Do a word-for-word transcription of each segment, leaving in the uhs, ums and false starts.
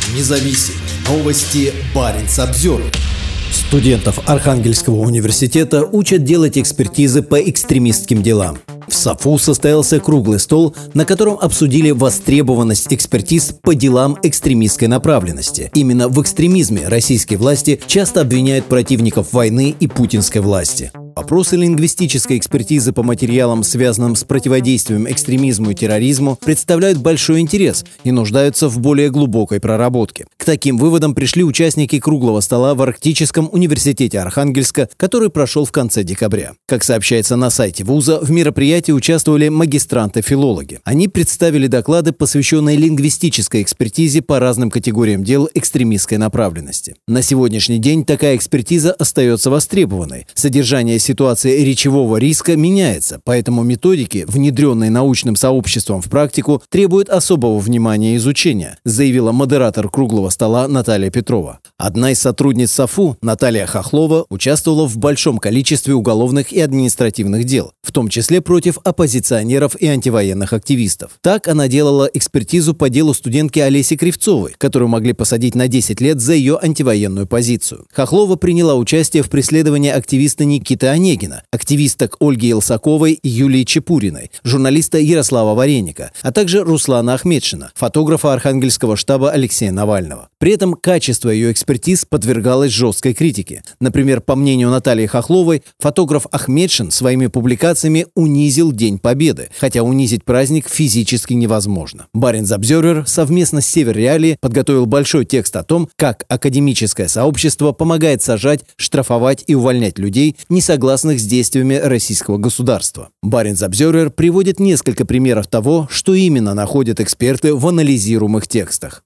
независим. Новости Баренц-Обзервер. Студентов Архангельского университета учат делать экспертизы по экстремистским делам. В САФУ состоялся круглый стол, на котором обсудили востребованность экспертиз по делам экстремистской направленности. Именно в экстремизме российские власти часто обвиняют противников войны и путинской власти. Вопросы лингвистической экспертизы по материалам, связанным с противодействием экстремизму и терроризму, представляют большой интерес и нуждаются в более глубокой проработке. К таким выводам пришли участники круглого стола в Арктическом университете Архангельска, который прошел в конце декабря. Как сообщается на сайте вуза, в мероприятии участвовали магистранты-филологи. Они представили доклады, посвященные лингвистической экспертизе по разным категориям дел экстремистской направленности. На сегодняшний день такая экспертиза остается востребованной. Содержание ситуация речевого риска меняется, поэтому методики, внедренные научным сообществом в практику, требуют особого внимания и изучения, заявила модератор круглого стола Наталья Петрова. Одна из сотрудниц САФУ, Наталья Хохлова, участвовала в большом количестве уголовных и административных дел, в том числе против оппозиционеров и антивоенных активистов. Так она делала экспертизу по делу студентки Олеси Кривцовой, которую могли посадить на десять лет за ее антивоенную позицию. Хохлова приняла участие в преследовании активиста Никиты Онегина, активисток Ольги Елсаковой и Юлии Чепуриной, журналиста Ярослава Вареника, а также Руслана Ахметшина, фотографа Архангельского штаба Алексея Навального. При этом качество ее экспертиз подвергалось жесткой критике. Например, по мнению Натальи Хохловой, фотограф Ахметшин своими публикациями унизил День Победы, хотя унизить праздник физически невозможно. Баренц-Обзервер совместно с Север Реалии подготовил большой текст о том, как академическое сообщество помогает сажать, штрафовать и увольнять людей, не согласных с действиями российского государства. Баренц-Обзервер приводит несколько примеров того, что именно находят эксперты в анализируемых текстах.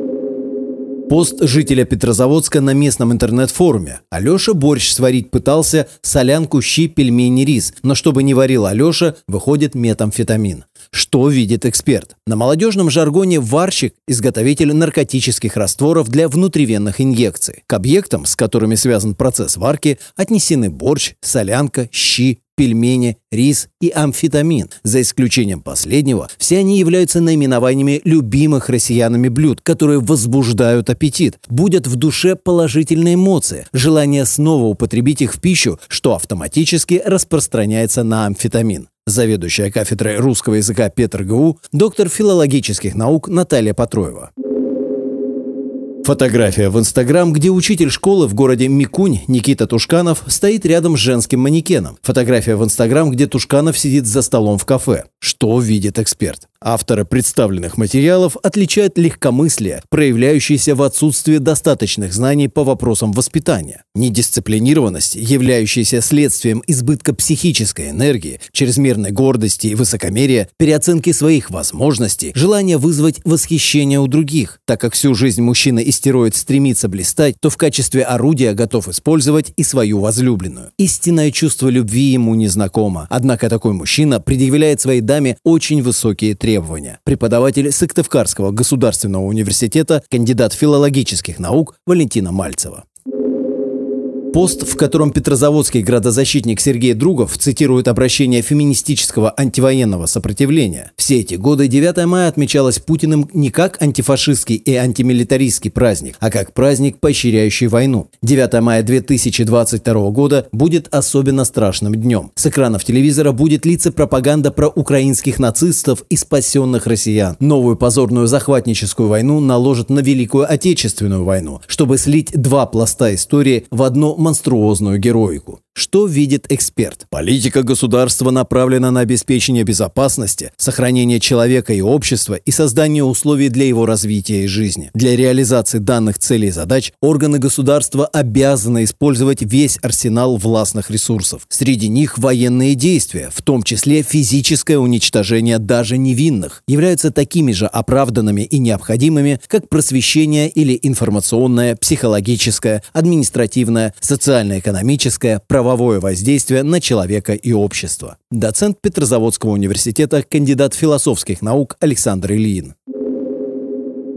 Пост жителя Петрозаводска на местном интернет-форуме. Алеша борщ сварить пытался, солянку, щи, пельмени, рис. Но чтобы не варил Алеша, выходит метамфетамин. Что видит эксперт? На молодежном жаргоне варщик – изготовитель наркотических растворов для внутривенных инъекций. К объектам, с которыми связан процесс варки, отнесены борщ, солянка, щи, пельмени, рис и амфетамин. За исключением последнего, все они являются наименованиями любимых россиянами блюд, которые возбуждают аппетит, будят в душе положительные эмоции, желание снова употребить их в пищу, что автоматически распространяется на амфетамин. Заведующая кафедрой русского языка ПедРГУ, доктор филологических наук Наталья Патроева. Фотография в Инстаграм, где учитель школы в городе Микунь Никита Тушканов стоит рядом с женским манекеном. Фотография в Инстаграм, где Тушканов сидит за столом в кафе. Что видит эксперт? Авторы представленных материалов отличают легкомыслие, проявляющееся в отсутствии достаточных знаний по вопросам воспитания, недисциплинированность, являющаяся следствием избытка психической энергии, чрезмерной гордости и высокомерия, переоценки своих возможностей, желание вызвать восхищение у других. Так как всю жизнь мужчина истероид стремится блистать, то в качестве орудия готов использовать и свою возлюбленную. Истинное чувство любви ему незнакомо, однако такой мужчина предъявляет своей даме очень высокие требования. Требования. Преподаватель Сыктывкарского государственного университета, кандидат филологических наук Валентина Мальцева. Пост, в котором петрозаводский градозащитник Сергей Другов цитирует обращение феминистического антивоенного сопротивления. Все эти годы девятое мая отмечалось Путиным не как антифашистский и антимилитаристский праздник, а как праздник, поощряющий войну. девятое мая две тысячи двадцать второго года будет особенно страшным днем. С экранов телевизора будет литься пропаганда про украинских нацистов и спасенных россиян. Новую позорную захватническую войну наложат на Великую Отечественную войну, чтобы слить два пласта истории в одно монструозную героику. Что видит эксперт? Политика государства направлена на обеспечение безопасности, сохранение человека и общества и создание условий для его развития и жизни. Для реализации данных целей и задач органы государства обязаны использовать весь арсенал властных ресурсов. Среди них военные действия, в том числе физическое уничтожение даже невинных, являются такими же оправданными и необходимыми, как просвещение или информационное, психологическое, административное, социально-экономическое, правовое воздействие на человека и общество. Доцент Петрозаводского университета, кандидат философских наук Александр Ильин.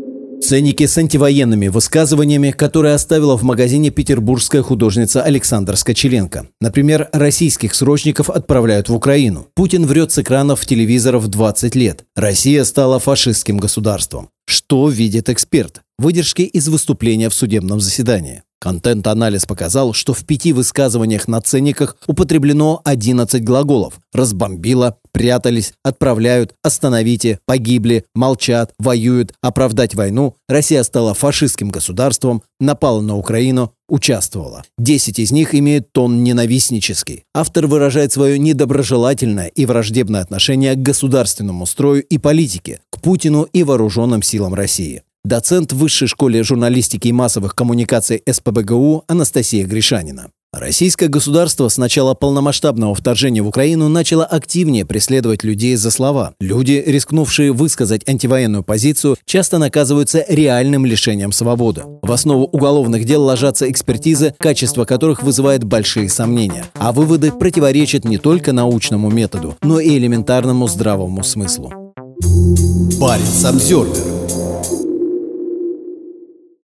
Ценники с антивоенными высказываниями, которые оставила в магазине петербургская художница Александра Скочеленко. Например, российских срочников отправляют в Украину. Путин врет с экранов телевизоров двадцать лет. Россия стала фашистским государством. Что видит эксперт? Выдержки из выступления в судебном заседании. Контент-анализ показал, что в пяти высказываниях на ценниках употреблено одиннадцать глаголов: разбомбило, прятались, отправляют, остановите, погибли, молчат, воюют, оправдать войну, Россия стала фашистским государством, напала на Украину, участвовала. Десять из них имеют тон ненавистнический. Автор выражает свое недоброжелательное и враждебное отношение к государственному строю и политике, к Путину и вооруженным силам России. Доцент в Высшей школе журналистики и массовых коммуникаций эс пэ бэ гэ у Анастасия Гришанина. Российское государство с начала полномасштабного вторжения в Украину начало активнее преследовать людей за слова. Люди, рискнувшие высказать антивоенную позицию, часто наказываются реальным лишением свободы. В основу уголовных дел ложатся экспертизы, качество которых вызывает большие сомнения. А выводы противоречат не только научному методу, но и элементарному здравому смыслу. Баренц-Обзервер.